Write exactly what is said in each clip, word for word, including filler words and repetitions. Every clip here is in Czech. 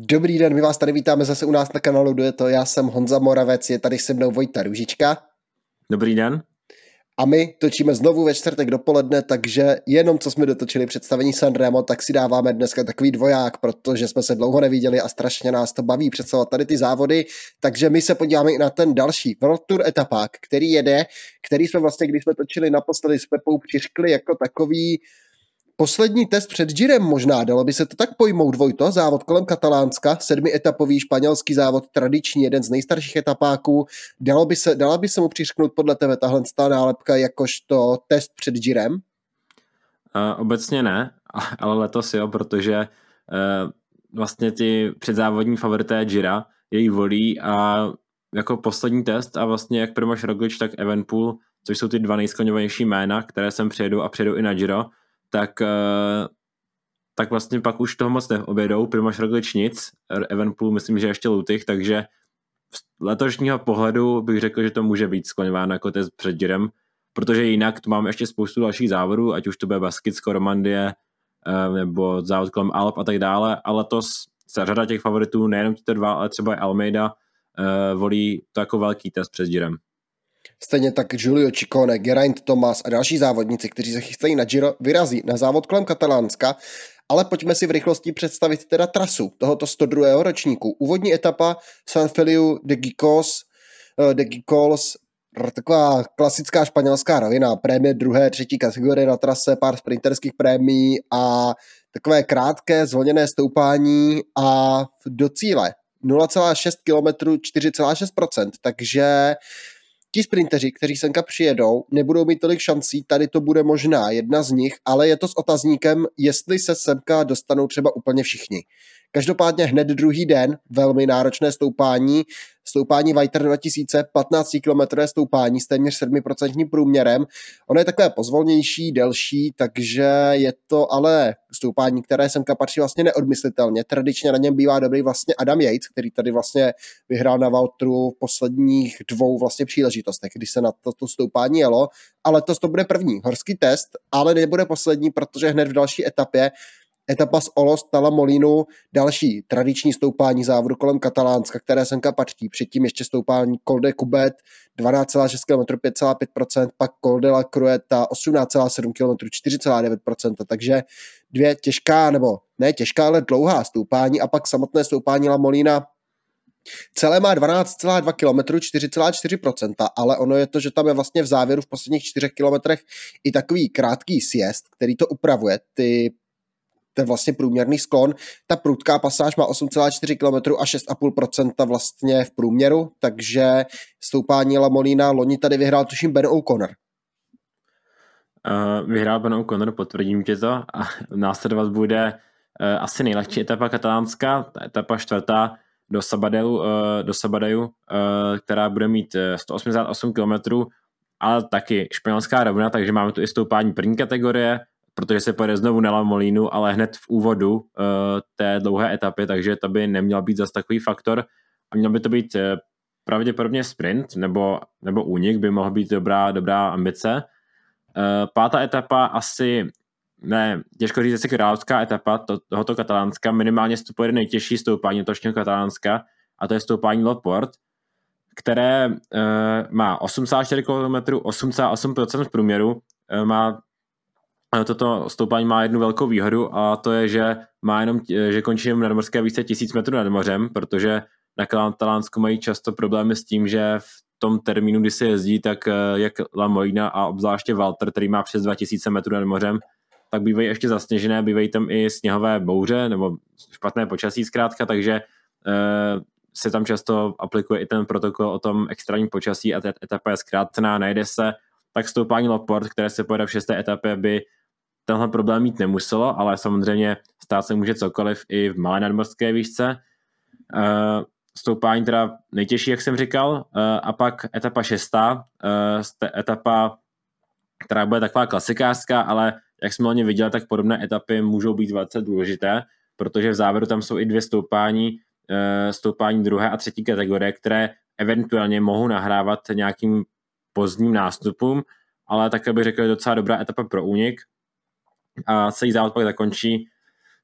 Dobrý den, my vás tady vítáme zase u nás na kanálu Dueto. Já jsem Honza Moravec, je tady se mnou Vojta Růžička. Dobrý den. A my točíme znovu ve čtvrtek dopoledne, takže jenom co jsme dotočili představení Sanremo, tak si dáváme dneska takový dvoják, protože jsme se dlouho neviděli a strašně nás to baví představovat tady ty závody, takže my se podíváme i na ten další World Tour etapák, který jede, který jsme vlastně, když jsme točili naposledy s Pepou, přiškli jako takový poslední test před Girem možná, dalo by se to tak pojmout, Vojto, závod kolem Katalánska, sedmietapový španělský závod, tradiční, jeden z nejstarších etapáků, dalo by se, dala by se mu přišknout podle tebe tahle nálepka jakožto test před Girem? Uh, obecně ne, ale letos jo, protože uh, vlastně ty předzávodní favorité Gira jej volí a jako poslední test a vlastně jak Primož Roglič, tak Evenepoel, což jsou ty dva nejskloňovanější jména, které sem přijedou a přijedou i na Giro, tak, tak vlastně pak už toho moc neobjedou. Primož Roglič nic, Evenepoel myslím, že ještě Lutych, takže z letošního pohledu bych řekl, že to může být skloňováno jako test před Girem, protože jinak tu máme ještě spoustu dalších závodů, ať už to bude Baskicko, Romandie, nebo závod kolem Alp a tak dále, a letos se řada těch favoritů, nejenom tyto dva, ale třeba i Almeida, volí to jako velký test před Girem. Stejně tak Giulio Ciccone, Geraint Thomas a další závodníci, kteří se chystají na Giro, vyrazí na závod kolem Katalánska, ale pojďme si v rychlosti představit teda trasu tohoto sto druhého ročníku. Úvodní etapa San Feliu de Guíxols, de Guíxols, taková klasická španělská rovina, prémie druhé, třetí kategorie na trase, pár sprinterských prémií a takové krátké zvolněné stoupání a do cíle nula celá šest kilometrů, čtyři celá šest procent, takže ti sprinteři, kteří semka přijedou, nebudou mít tolik šancí, tady to bude možná jedna z nich, ale je to s otazníkem, jestli se semka dostanou třeba úplně všichni. Každopádně hned druhý den, velmi náročné stoupání, stoupání Vajter dva tisíce, patnáctikilometrové stoupání s téměř sedm procent průměrem. Ono je takové pozvolnější, delší, takže je to ale stoupání, které semka patří vlastně neodmyslitelně. Tradičně na něm bývá dobrý vlastně Adam Yates, který tady vlastně vyhrál na Vueltu v posledních dvou vlastně příležitostech, když se na toto stoupání jelo, ale letos to bude první horský test, ale nebude poslední, protože hned v další etapě etapa z Olos Tala Molinu, další tradiční stoupání závodu kolem Katalánska, které semka patří. Předtím ještě stoupání Col de Cubet, dvanáct celá šest kilometrů, pět celá pět procent, pak Col de la Crueta, osmnáct celá sedm kilometrů, čtyři celá devět procent. Takže dvě těžká, nebo ne těžká, ale dlouhá stoupání a pak samotné stoupání La Molina celé má dvanáct celá dva kilometru, čtyři celá čtyři procenta, ale ono je to, že tam je vlastně v závěru v posledních čtyřech kilometrech i takový krátký sjezd, který to upravuje, ty ten vlastně průměrný sklon. Ta prudká pasáž má osm celá čtyři kilometru a šest celá pět procenta vlastně v průměru, takže stoupání La Molina loni tady vyhrál tuším Ben O'Connor. Uh, vyhrál Ben O'Connor, potvrdím tě to, a následovat bude uh, asi nejlehčí etapa katalánská, ta etapa čtvrtá do Sabadelu, uh, do Sabadelu, uh, která bude mít sto osmdesát osm kilometrů, ale taky španělská rovina, takže máme tu i stoupání první kategorie, protože se pojede znovu na La Molinu, ale hned v úvodu uh, té dlouhé etapy, takže to by neměl být zase takový faktor a měl by to být uh, pravděpodobně sprint nebo, nebo únik, by mohl být dobrá, dobrá ambice. Uh, pátá etapa asi, ne, těžko říct, jestli královská etapa to, tohoto Katalánska, minimálně to pojede nejtěžší stoupání letošního Katalánska a to je stoupání Loport, které uh, má osm celá čtyři kilometru, osm celá osm procent v průměru, uh, má toto stoupání má jednu velkou výhodu a to je, že má jenom, že končí jenom nadmořské výšce tisíc metrů nad mořem, protože na Katalánsku mají často problémy s tím, že v tom termínu, kdy se jezdí, tak jak La Molina a obzvláště Walter, který má přes dva tisíce metrů nad mořem, tak bývají ještě zasněžené, bývají tam i sněhové bouře nebo špatné počasí zkrátka, takže eh, se tam často aplikuje i ten protokol o tom extrémním počasí a ta etapa je zkrácená, najde se, tak stoupání Loport, které se pojede v šesté etapě, by tenhle problém mít nemuselo, ale samozřejmě stát se může cokoliv i v malé nadmořské výšce. Uh, stoupání teda nejtěžší, jak jsem říkal, uh, a pak etapa šestá, uh, etapa, která bude taková klasikářská, ale jak jsme loni viděli, tak podobné etapy můžou být velice důležité, protože v závěru tam jsou i dvě stoupání, uh, stoupání druhé a třetí kategorie, které eventuálně mohou nahrávat nějakým pozdním nástupům, ale také bych řekl, že je docela dobrá etapa pro únik. A celý závod pak zakončí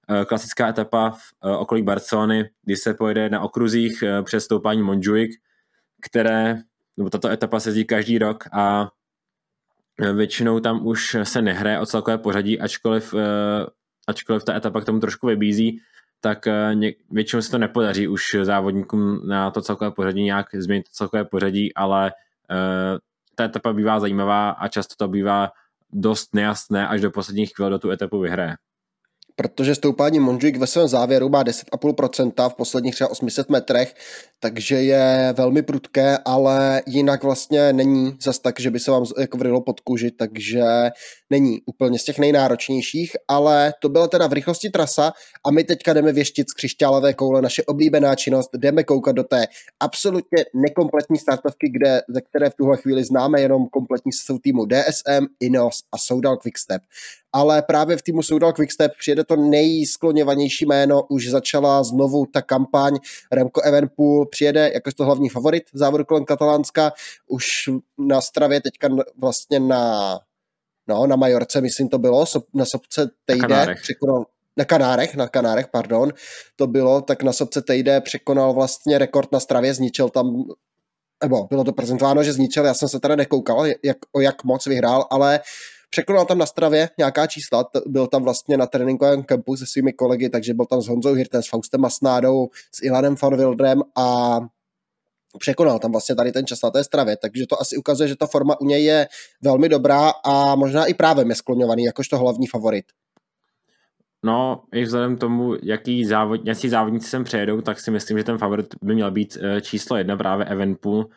klasická etapa v okolí Barcelony, kdy se pojede na okruzích přes stoupání Montjuic, které, nebo tato etapa se jezdí každý rok a většinou tam už se nehraje o celkové pořadí, ačkoliv, ačkoliv ta etapa k tomu trošku vybízí, tak většinou se to nepodaří už závodníkům na to celkové pořadí nějak změnit to celkové pořadí, ale ta etapa bývá zajímavá a často to bývá dost nejasné, až do posledních chvíl do tu etapu vyhraje. Protože stoupání Montjuic ve svém závěru má deset celá pět procenta v posledních třeba osm set metrech, takže je velmi prudké, ale jinak vlastně není zas tak, že by se vám jako vrilo pod kůži, takže není úplně z těch nejnáročnějších, ale to byla teda v rychlosti trasa a my teďka jdeme věštit z křišťálové koule, naše oblíbená činnost, jdeme koukat do té absolutně nekompletní startovky, kde, ze které v tuhle chvíli známe jenom kompletní sestavu týmu D S M, Ineos a Soudal Quickstep. Ale právě v týmu Soudal Quickstep přijede to nejskloněvanější jméno, už začala znovu ta kampaň, Remco Evenepoel přijede jakožto hlavní favorit závodu kolem Katalánska, už na Stravě teďka vlastně na, no, na Majorce, myslím to bylo, na sopce Tejde, překonal, na Kanárech, na Kanárech, pardon, to bylo, tak na sopce Tejde překonal vlastně rekord na Stravě, zničil tam, nebo bylo to prezentováno, že zničil, já jsem se teda nekoukal, jak, o jak moc vyhrál, ale překonal tam na Stravě nějaká čísla, byl tam vlastně na tréninkovém kempu se svými kolegy, takže byl tam s Honzou Hirtem, s Faustem Masnádou, s Ilanem van Wildrem a překonal tam vlastně tady ten čas na té Stravě, takže to asi ukazuje, že ta forma u něj je velmi dobrá a možná i právem je skloňovaný jakožto hlavní favorit. No, i vzhledem k tomu, jaký závod, jaký závodníci sem přejedou, tak si myslím, že ten favorit by měl být číslo jedna právě Evenepoel.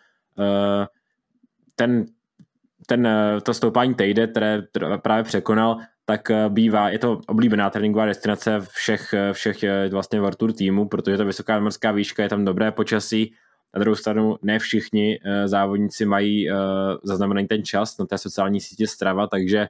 Ten ten, to stoupání Tejde, které právě překonal, tak bývá, je to oblíbená tréninková destinace všech, všech vlastně World Tour týmů, protože to vysoká morská výška, je tam dobré počasí. Na druhou stranu ne všichni závodníci mají zaznamenaný ten čas na té sociální sítě Strava, takže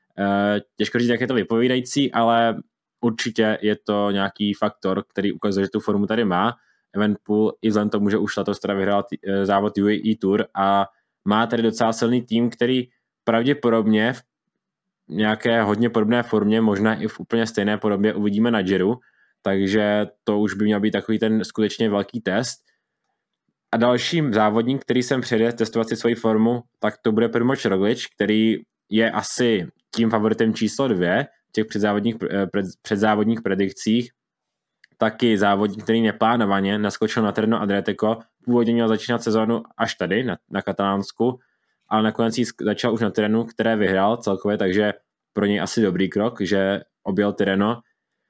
těžko říct, jak je to vypovídající, ale určitě je to nějaký faktor, který ukazuje, že tu formu tady má. Evenepoel i vzhledem tomu, že už letos teda vyhrál závod U A E Tour a má tady docela silný tým, který pravděpodobně v nějaké hodně podobné formě, možná i v úplně stejné podobě uvidíme na Giro, takže to už by měl být takový ten skutečně velký test. A další závodník, který sem přijede testovat si svoji formu, tak to bude Primož Roglič, který je asi tím favoritem číslo dvě v těch předzávodních, předzávodních predikcích. Taky závodník, který neplánovaně naskočil na Tirreno Adriatico, původně měl začínat sezónu až tady, na, na Katalánsku, ale nakonec ji začal už na Tirrenu, které vyhrál celkově, takže pro něj asi dobrý krok, že objel Tirreno.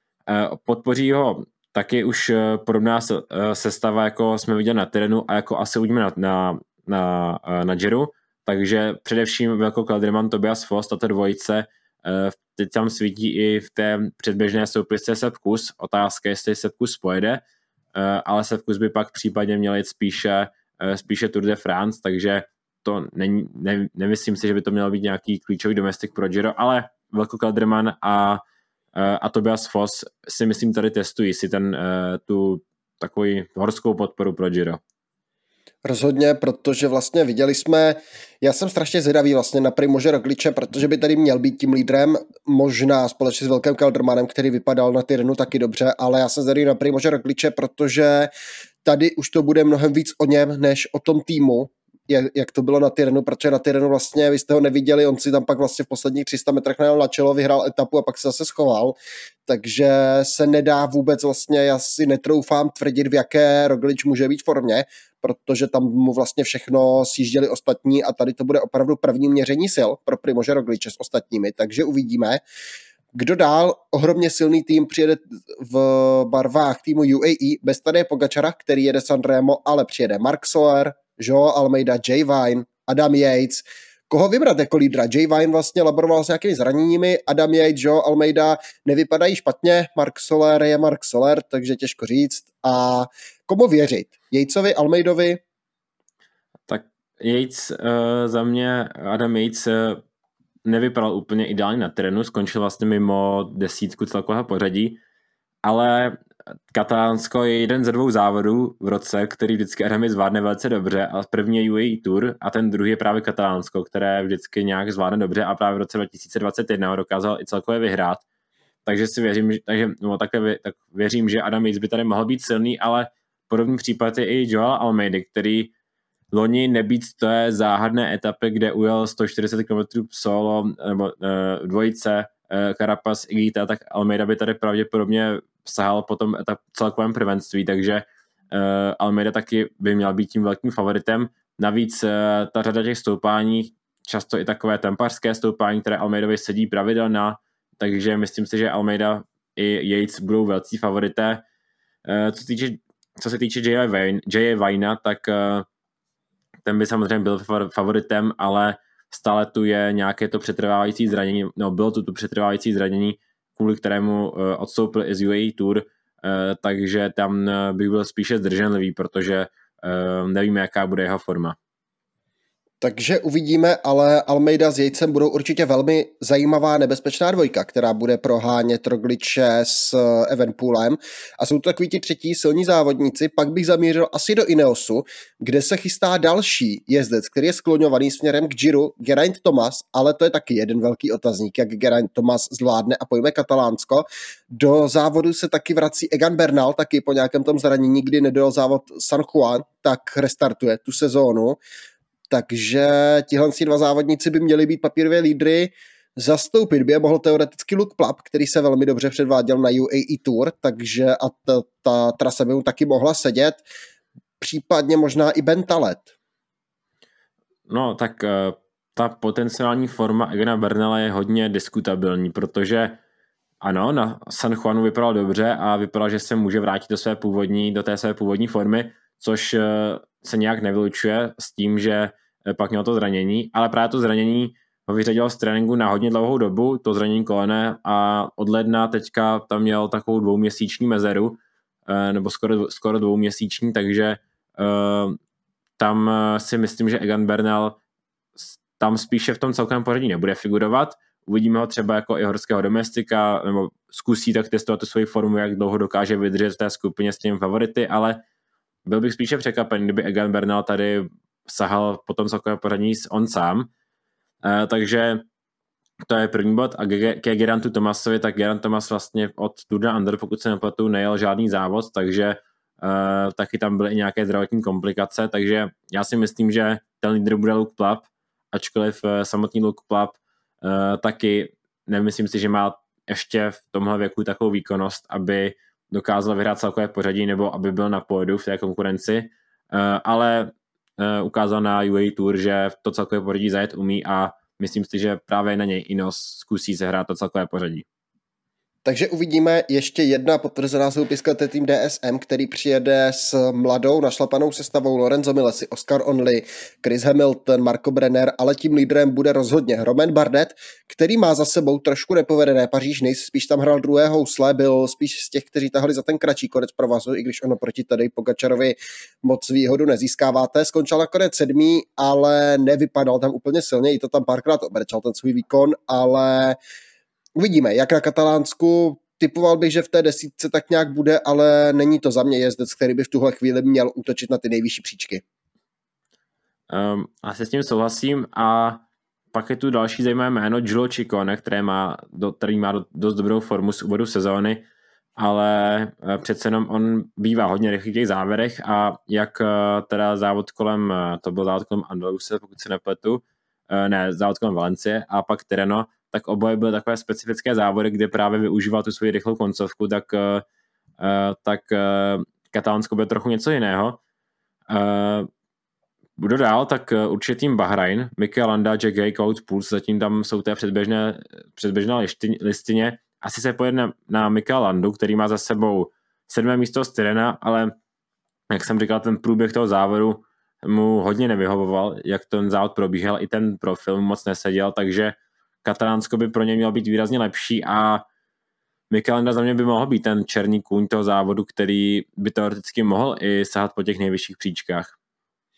Podpoří ho taky už podobná sestava, jako jsme viděli na Tirrenu a jako asi uvidíme na, na, na, na Giro, takže především Wilco Kelderman, Tobias Foss, tato dvojice, teď tam svítí i v té předběžné soupisce Sepp Kuss. Otázka, jestli Sepp Kuss pojede, ale Sepp Kuss by pak případně měl jít spíše, spíše Tour de France, takže to není, ne, nemyslím si, že by to měl být nějaký klíčový domestik pro Giro, ale Wilco Kelderman a, a Tobias Foss si myslím tady testují si ten, tu takovou horskou podporu pro Giro. Rozhodně, protože vlastně viděli jsme, já jsem strašně zvědavý vlastně na Primože Rogliče, protože by tady měl být tím lídrem, možná společně s Wilkem Keldermanem, který vypadal na Tirrenu taky dobře, ale já jsem zvědavý na Primože Rogliče, protože tady už to bude mnohem víc o něm, než o tom týmu, jak to bylo na Tirrenu, protože na Tirrenu vlastně vy jste ho neviděli, on si tam pak vlastně v posledních tři sta metrech najel na čelo, vyhrál etapu a pak se zase schoval, takže se nedá vůbec vlastně, já si netroufám tvrdit, v jaké Roglič může být formě, protože tam mu vlastně všechno sjížděli ostatní a tady to bude opravdu první měření sil pro Primože Rogliče s ostatními, takže uvidíme. Kdo dál? Ohromně silný tým přijede v barvách týmu U A E bez Tadeje Pogačara, který jede Sanremo, ale přijede Marc Soler, Joao Almeida, Jay Vine, Adam Yates. Koho vybrat jako lídra? Jay Vine vlastně laboroval s nějakými zraněními, Adam Yates, Joao Almeida nevypadají špatně, Marc Soler je Marc Soler, takže těžko říct. A komu věřit? Yatesovi, Almeidovi? Tak Yates uh, za mě, Adam Yates uh, nevypadal úplně ideálně na Tirrenu, skončil vlastně mimo desítku celkového pořadí, ale Katalánsko je jeden ze dvou závodů v roce, který vždycky Adam Yates zvládne velice dobře, a první je U A E Tour a ten druhý je právě Katalánsko, které vždycky nějak zvládne dobře a právě v roce dva tisíce dvacet jedna ho dokázal i celkově vyhrát. takže si věřím, takže, no, takhle, tak věřím, že Adam Yates by tady mohl být silný, ale podobný případ je i Joel Almeida, který loni nebýt té záhadné etapy, kde ujel sto čtyřicet kilometrů solo, nebo uh, dvojice uh, Carapaz Higuita, tak Almeida by tady pravděpodobně sahal po tom etap celkovém prvenství, takže uh, Almeida taky by měl být tím velkým favoritem. Navíc uh, ta řada těch stoupání, často i takové tempařské stoupání, které Almeidovi sedí pravidelná, takže myslím si, že Almeida i Yates budou velcí favorité. Uh, co, týče, co se týče J J Vajna, tak uh, ten by samozřejmě byl favoritem, ale stále tu je nějaké to přetrvávající zranění, no bylo tu tu přetrvávající zranění, kvůli kterému uh, odstoupil i z U A E Tour, uh, takže tam uh, bych byl spíše zdrženlivý, protože uh, nevíme, jaká bude jeho forma. Takže uvidíme, ale Almeida s Yatesem budou určitě velmi zajímavá nebezpečná dvojka, která bude prohánět Rogliče s Evenepoelem. A jsou to takový ti třetí silní závodníci. Pak bych zamířil asi do Ineosu, kde se chystá další jezdec, který je skloňovaný směrem k Giro, Geraint Thomas, ale to je taky jeden velký otazník, jak Geraint Thomas zvládne a pojme Katalánsko. Do závodu se taky vrací Egan Bernal, taky po nějakém tom zranění, kdy nedojel závod San Juan, tak restartuje tu sezónu. Takže tihle dva závodníci by měli být papírové lídry. Zastoupit by je mohl teoreticky Luke Plapp, který se velmi dobře předváděl na U A E Tour, takže a ta, ta trasa by mu taky mohla sedět. Případně možná i Ben Talet. No tak ta potenciální forma Egana Bernala je hodně diskutabilní, protože ano, na San Juanu vypadal dobře a vypadal, že se může vrátit do své původní, do té své původní formy, což se nějak nevylučuje s tím, že pak měl to zranění, ale právě to zranění ho vyřadilo z tréninku na hodně dlouhou dobu, to zranění kolene, a od ledna teďka tam měl takovou dvouměsíční mezeru, nebo skoro, skoro dvouměsíční, takže tam si myslím, že Egan Bernal tam spíše v tom celkovém pořadí nebude figurovat. Uvidíme ho třeba jako i horského domestika, nebo zkusí tak testovat tu svoji formu, jak dlouho dokáže vydržet v té skupině s těmi favority, ale byl bych spíše překvapený, kdyby Egan Bernal tady sahal po tom celkovém pořadí on sám. E, takže to je první bod. A ke Gerantu Thomasovi, tak Geraint Thomas vlastně od Tour de Under, pokud se nepletu, nejel žádný závod, takže e, taky tam byly i nějaké zdravotní komplikace, takže já si myslím, že ten lídr bude Luke Plapp, ačkoliv e, samotný Luke Plapp e, taky nemyslím si, že má ještě v tomhle věku takovou výkonnost, aby dokázal vyhrát celkové pořadí nebo aby byl na pódiu v té konkurenci, ale ukázal na U A E Tour, že to celkové pořadí zajet umí a myslím si, že právě na něj Ineos zkusí sehrát to celkové pořadí. Takže uvidíme ještě jedna potvrzená soupiska, to je tým D S M, který přijede s mladou našlapanou sestavou Lorenzo Milesi, Oscar Onley, Chris Hamilton, Marco Brenner, ale tím lídrem bude rozhodně Romain Bardet, který má za sebou trošku nepovedené Paříž-Nice, spíš tam hrál druhé housle, byl spíš z těch, kteří tahli za ten kratší konec provazu, i když ono proti tady Pogačarovi moc výhodu nezískáváte. Skončil nakonec sedmý, ale nevypadal tam úplně silně, i to tam párkrát obrečal ten svůj výkon, ale uvidíme, jak na Katalánsku. Typoval bych, že v té desítce tak nějak bude, ale není to za mě jezdec, který by v tuhle chvíli měl útočit na ty nejvyšší příčky. Um, asi s tím souhlasím a pak je tu další zajímavé jméno Giulio Ciccone, které má, do, který má dost dobrou formu z úvodu sezóny, ale přece jenom on bývá hodně rychlý v těch závěrech a jak teda závod kolem, to byl závod kolem Andaluse, pokud se nepletu, ne, závod kolem Valencie a pak Tirreno, tak oboje byly takové specifické závody, kde právě využíval tu svoji rychlou koncovku, tak, uh, tak uh, Katalánsko bude trochu něco jiného. Uh, budu dál, tak uh, určitě tým Bahrain, Mikel Landa, Jack Hay, Wout Poels, zatím tam jsou té předběžné, předběžné listině. Asi se pojede na, na Mikela Landu, který má za sebou sedmé místo z Tirrena, ale jak jsem říkal, ten průběh toho závodu mu hodně nevyhovoval, jak ten závod probíhal, i ten profil mu moc neseděl, takže Katalánsko by pro ně mělo být výrazně lepší a Mikel Landa za mě by mohl být ten černý kůň toho závodu, který by teoreticky mohl i sahat po těch nejvyšších příčkách.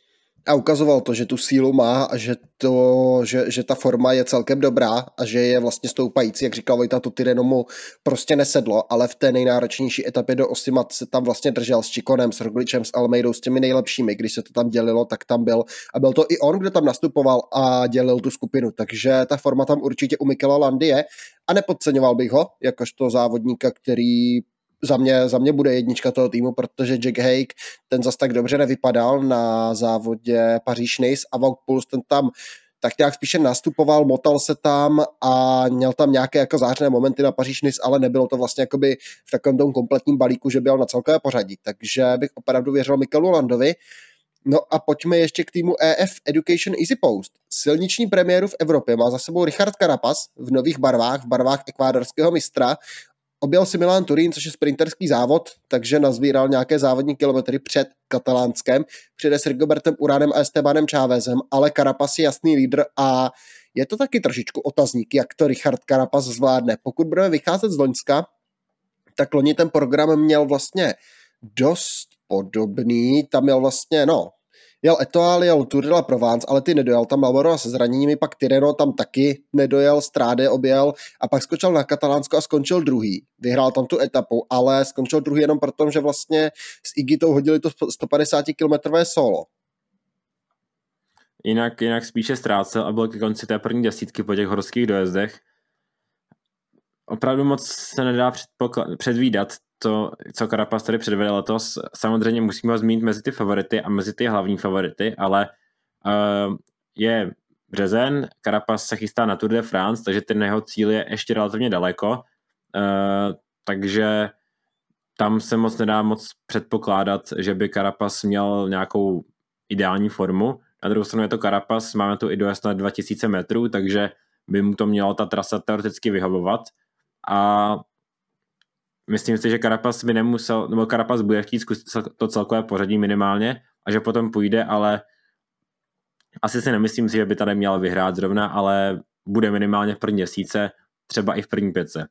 A ukazoval to, že tu sílu má a že, to, že, že ta forma je celkem dobrá a že je vlastně stoupající, jak říkal Vojta, to Tyrreno mu prostě nesedlo, ale v té nejnáročnější etapě do Osima se tam vlastně držel s Chikonem, s Rogličem, s Almeidou, s těmi nejlepšími, když se to tam dělilo, tak tam byl a byl to i on, kdo tam nastupoval a dělil tu skupinu, takže ta forma tam určitě u Mikela Landy je a nepodceňoval bych ho, jakožto závodníka, který Za mě, za mě bude jednička toho týmu, protože Jack Haig, ten zas tak dobře nevypadal na závodě Paříž-Nice a Wout Poels, ten tam tak nějak spíše nastupoval, motal se tam a měl tam nějaké jako zářné momenty na Paříž-Nice, ale nebylo to vlastně jakoby v takovém tom kompletním balíku, že byl na celkové pořadí. Takže bych opravdu věřil Mikelu Landovi. No a pojďme ještě k týmu E F Education Easy Post. Silniční premiéru v Evropě má za sebou Richard Carapaz v nových barvách, v barvách ekvádorského mistra. Objel si Milan Turín, což je sprinterský závod, takže nazbíral nějaké závodní kilometry před Katalánskem, přede s Rigobertem Uranem a Estebanem Chávezem, ale Carapaz je jasný lídr a je to taky trošičku otazník, jak to Richard Carapaz zvládne. Pokud budeme vycházet z Loňska, tak loni ten program měl vlastně dost podobný, tam měl vlastně, no, jel Etoile, jel Tour de la Provence, ale ty nedojel tam Malboro se zraněními, pak Tyrreno tam taky nedojel, Stráde objel a pak skočil na Katalánsko a skončil druhý. Vyhrál tam tu etapu, ale skončil druhý jenom proto, že vlastně s Igitou hodili to sto padesát kilometrové solo. Jinak, jinak spíše ztrácel a byl ke konci té první desítky po těch horských dojezdech. Opravdu moc se nedá předpokl- předvídat to, co Carapaz tady předvedl letos. Samozřejmě musíme ho zmínit mezi ty favority a mezi ty hlavní favority, ale uh, je březen, Carapaz se chystá na Tour de France, takže ten jeho cíl je ještě relativně daleko, uh, takže tam se moc nedá moc předpokládat, že by Carapaz měl nějakou ideální formu. Na druhou stranu je to Carapaz, máme tu i dojezd na dva tisíce metrů, takže by mu to měla ta trasa teoreticky vyhovovat a myslím si, že Carapaz by nemusel, nebo Carapaz bude chtít zkusit to celkové pořadí minimálně a že potom půjde, ale asi si nemyslím si, že by tady měl vyhrát zrovna, ale bude minimálně v první desíce, třeba i v první pětce.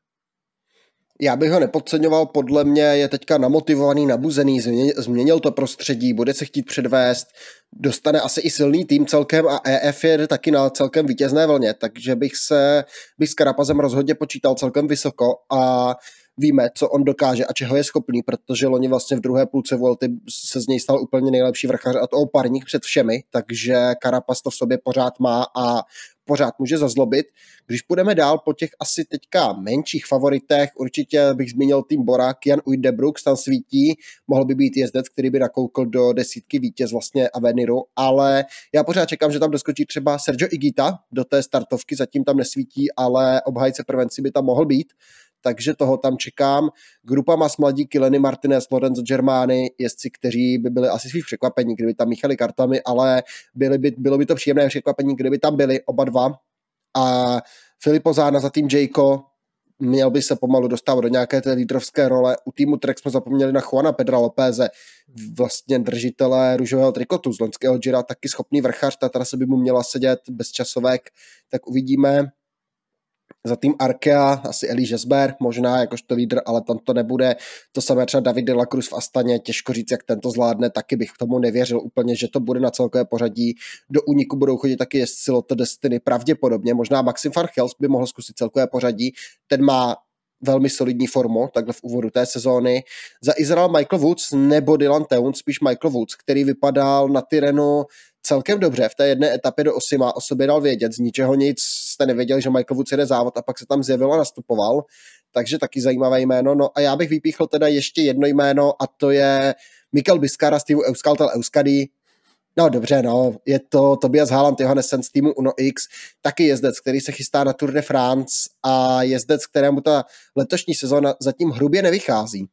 Já bych ho nepodceňoval, podle mě je teďka namotivovaný, nabuzený, změnil to prostředí, bude se chtít předvést, dostane asi i silný tým celkem a E F je taky na celkem vítězné vlně, takže bych se bych s Carapazem rozhodně počítal celkem vysoko a víme, co on dokáže a čeho je schopný, protože loni vlastně v druhé půlce Vuelty se z něj stal úplně nejlepší vrchař a to opárník před všemi, takže Carapaz to v sobě pořád má a pořád může zazlobit. Když půjdeme dál po těch asi teďka menších favoritech, určitě bych zmínil tým Bora, Jan Uijtdebroeks tam svítí, mohl by být jezdec, který by nakoukl do desítky vítěz vlastně Aveniru, ale já pořád čekám, že tam doskočí třeba Sergio Higuita do té startovky, zatím tam nesvítí, ale obhájce prvenci by tam mohl být, takže toho tam čekám. Grupa má mladí Kileny Martinez, Lorenzo Germani, jezdci, kteří by byli asi svých překvapení, kdyby tam míchali kartami, ale byly by, bylo by to příjemné překvapení, kdyby tam byli oba dva. A Filippo Zana za tým Jayco měl by se pomalu dostávat do nějaké té lídrovské role. U týmu Trek jsme zapomněli na Juana Pedra Lopéze, vlastně držitele růžového trikotu z loňského Gira, taky schopný vrchař, ta trasa by mu měla sedět bez časovek, tak uvidíme. Za tým Arkea asi Eli Žesber, možná jakožto lídr, ale tam to nebude. To samé třeba David de la Cruz v Astaně, těžko říct, jak ten to zvládne, taky bych tomu nevěřil úplně, že to bude na celkové pořadí. Do úniku budou chodit taky jezdci Lotto Destiny, pravděpodobně. Možná Maxim van Gels by mohl zkusit celkové pořadí, ten má velmi solidní formu, takhle v úvodu té sezóny. Za Izrael Michael Woods nebo Dylan Teuns, spíš Michael Woods, který vypadal na Tyrrenu celkem dobře, v té jedné etapě do Osima o sobě dal vědět, z ničeho nic jste nevěděli, že Michael Woods jede závod a pak se tam zjevil a nastupoval, takže taky zajímavé jméno. No a já bych vypíchl teda ještě jedno jméno a to je Mikel Biskara z týmu Euskaltel Euskadi. No dobře, no, je to Tobias Haaland Johannesen z týmu Uno X, taky jezdec, který se chystá na Tour de France a jezdec, kterému ta letošní sezóna zatím hrubě nevychází.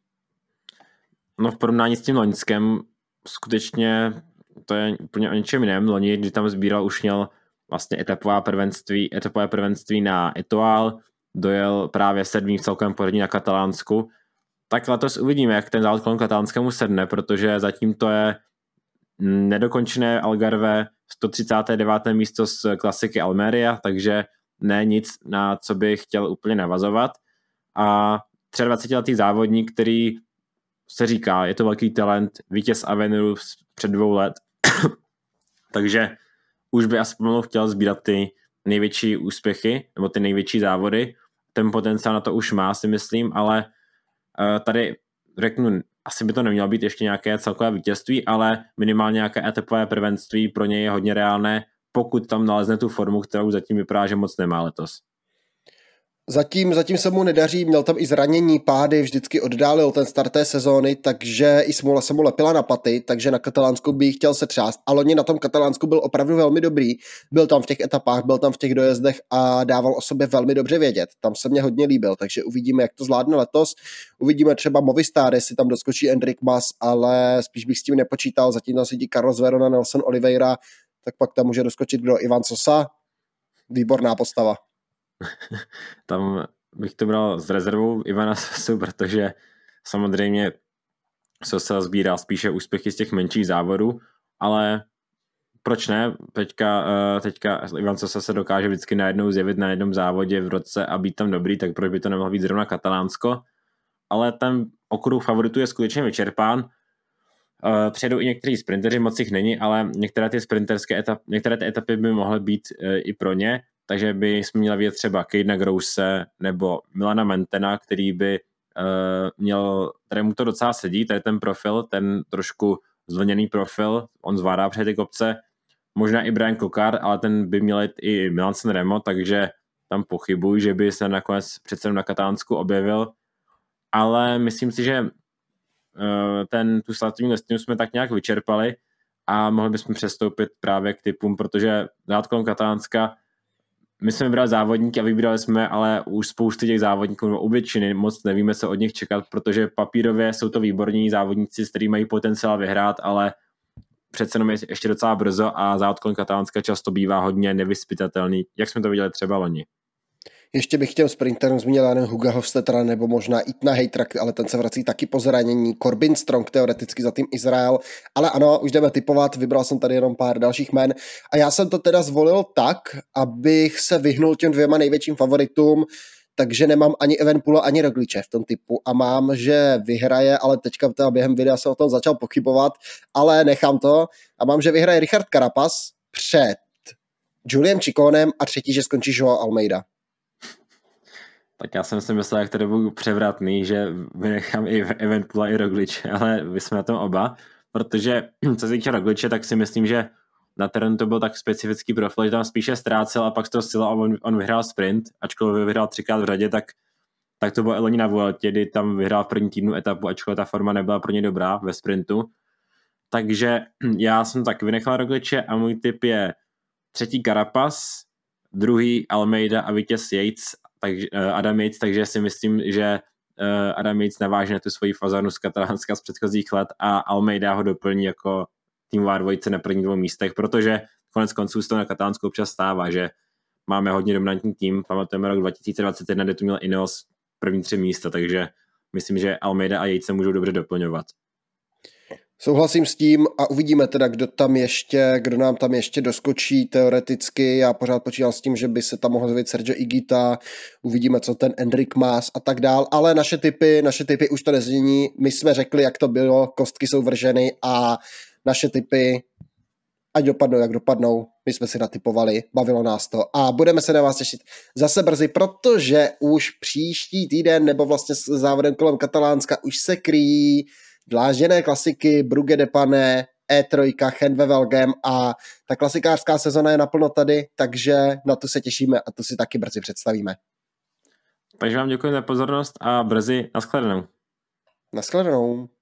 No v porovnání s tím loňskem skutečně to je úplně o něčem jiném. Loni, kdy tam sbíral, už měl vlastně etapová prvenství, etapové prvenství na Etoile, dojel právě sedmý v celkovém pořadí na Katalánsku. Tak letos uvidíme, jak ten závod kolem Katalánskému sedne, protože zatím to je nedokončené Algarve, sto třicáté deváté místo z klasiky Almeria, takže ne nic, na co bych chtěl úplně navazovat. A dvacetiletý závodník, který se říká, je to velký talent, vítěz Aveniru před dvou let, takže už by asi pomalu chtěl sbírat ty největší úspěchy, nebo ty největší závody. Ten potenciál na to už má, si myslím, ale uh, tady řeknu, asi by to nemělo být ještě nějaké celkové vítězství, ale minimálně nějaké etapové prvenství pro něj je hodně reálné, pokud tam nalezne tu formu, kterou zatím vypadá, že moc nemá letos. Zatím, zatím se mu nedaří, měl tam i zranění, pády, vždycky oddálil ten start té sezóny, takže i smůla se mu lepila na paty, takže na Katalánsku by chtěl se třást. A loni na tom Katalánsku byl opravdu velmi dobrý, byl tam v těch etapách, byl tam v těch dojezdech a dával o sobě velmi dobře vědět. Tam se mě hodně líbil, takže uvidíme, jak to zvládne letos. Uvidíme třeba Movistar, jestli tam doskočí Enric Mas, ale spíš bych s tím nepočítal, zatím tam sedí Carlos Verona, Nelson Oliveira, tak pak tam může doskočit kdo? Ivan Sosa, výborná postava. Tam bych to bral s rezervou Ivana Sosu, protože samozřejmě Sosa sbírá spíše úspěchy z těch menších závodů, ale proč ne? Teďka, teďka Ivan Sosa se dokáže vždycky najednou zjevit na jednom závodě v roce a být tam dobrý, tak proč by to nemohlo být zrovna Katalánsko? Ale ten okruh favoritů je skutečně vyčerpán. Přijedou i někteří sprinteři, moc jich není, ale některé ty sprinterské etapy, některé ty etapy by mohly být i pro ně, takže by jsme měli vidět třeba Kejdna Grouse nebo Milana Mentena, který by uh, měl, kterému to docela sedí, tady ten profil, ten trošku zvlněný profil, on zvládá před ty kopce, možná i Brian Cockard, ale ten by měl jít i Milan Sanremo, takže tam pochybuji, že by se nakonec přece na Katánsku objevil, ale myslím si, že uh, ten, tu startovní listinu jsme tak nějak vyčerpali a mohli bychom přestoupit právě k typům, protože dát kolem Katánska my jsme vybrali závodníky a vybírali jsme, ale už spousty těch závodníků, no u většiny moc nevíme, co od nich čekat, protože papírově jsou to výborní závodníci, s kterými mají potenciál vyhrát, ale přece jenom je ještě docela brzo a závod kolem Katánska často bývá hodně nevyspytatelný, jak jsme to viděli třeba loni. Ještě bych těm sprinterům zmínil jen Huga Hofstettera nebo možná Etna Haytera, ale ten se vrací taky po zranění. Corbin Strong teoreticky za tým Izrael, ale ano, už jdeme typovat, vybral jsem tady jenom pár dalších jmen a já jsem to teda zvolil tak, abych se vyhnul těm dvěma největším favoritům, takže nemám ani Evenepoela, ani Rogliče v tom typu a mám, že vyhraje, ale teďka teda během videa jsem o tom začal pochybovat, ale nechám to a mám, že vyhraje Richard Carapaz před Juliem Ciccónem a třetí, že skončí Joao Almeida. Tak já jsem si myslel, jak to budu převratný, že vynechám i Evenepoela i Rogliče, ale vy jsme na tom oba, protože co se týče Rogliče, tak si myslím, že na terénu to byl tak specifický profil, že tam spíše ztrácel a pak z toho stila on, on vyhrál sprint, ačkoliv vyhrál třikrát v řadě, tak, tak to bylo i loni na Vueltě, kdy tam vyhrál v první týdnu etapu, ačkoliv ta forma nebyla pro ně dobrá ve sprintu. Takže já jsem tak vynechal Rogliče a můj tip je třetí Carapaz, druhý Almeida a vítěz Yates, takže Adam Yates, takže si myslím, že Adam Yates naváže na tu svoji fazanu z Katalánska z předchozích let a Almeida ho doplní jako týmová dvojice na prvních dvou místech, protože konec konců se to na Katalánsku občas stává, že máme hodně dominantní tým, pamatujeme rok dva tisíce dvacet jedna, kde tu měl Ineos první tři místa, takže myslím, že Almeida a Yates se můžou dobře doplňovat. Souhlasím s tím a uvidíme teda, kdo tam ještě, kdo nám tam ještě doskočí teoreticky. Já pořád počítám s tím, že by se tam mohl zvědět Sergio Higuita, uvidíme, co ten Enric Mas a tak dál, ale naše typy, naše typy už to nezmění. My jsme řekli, jak to bylo, kostky jsou vrženy a naše typy, ať dopadnou, jak dopadnou, my jsme si natypovali, bavilo nás to a budeme se na vás těšit zase brzy, protože už příští týden, nebo vlastně s závodem kolem Katalánska už se kryjí dlážděné klasiky, Brugge de Panne, E tři, Gent ve Velgem a ta klasikářská sezona je naplno tady, takže na to se těšíme a to si taky brzy představíme. Takže vám děkuji za pozornost a brzy nashledanou. Nashledanou.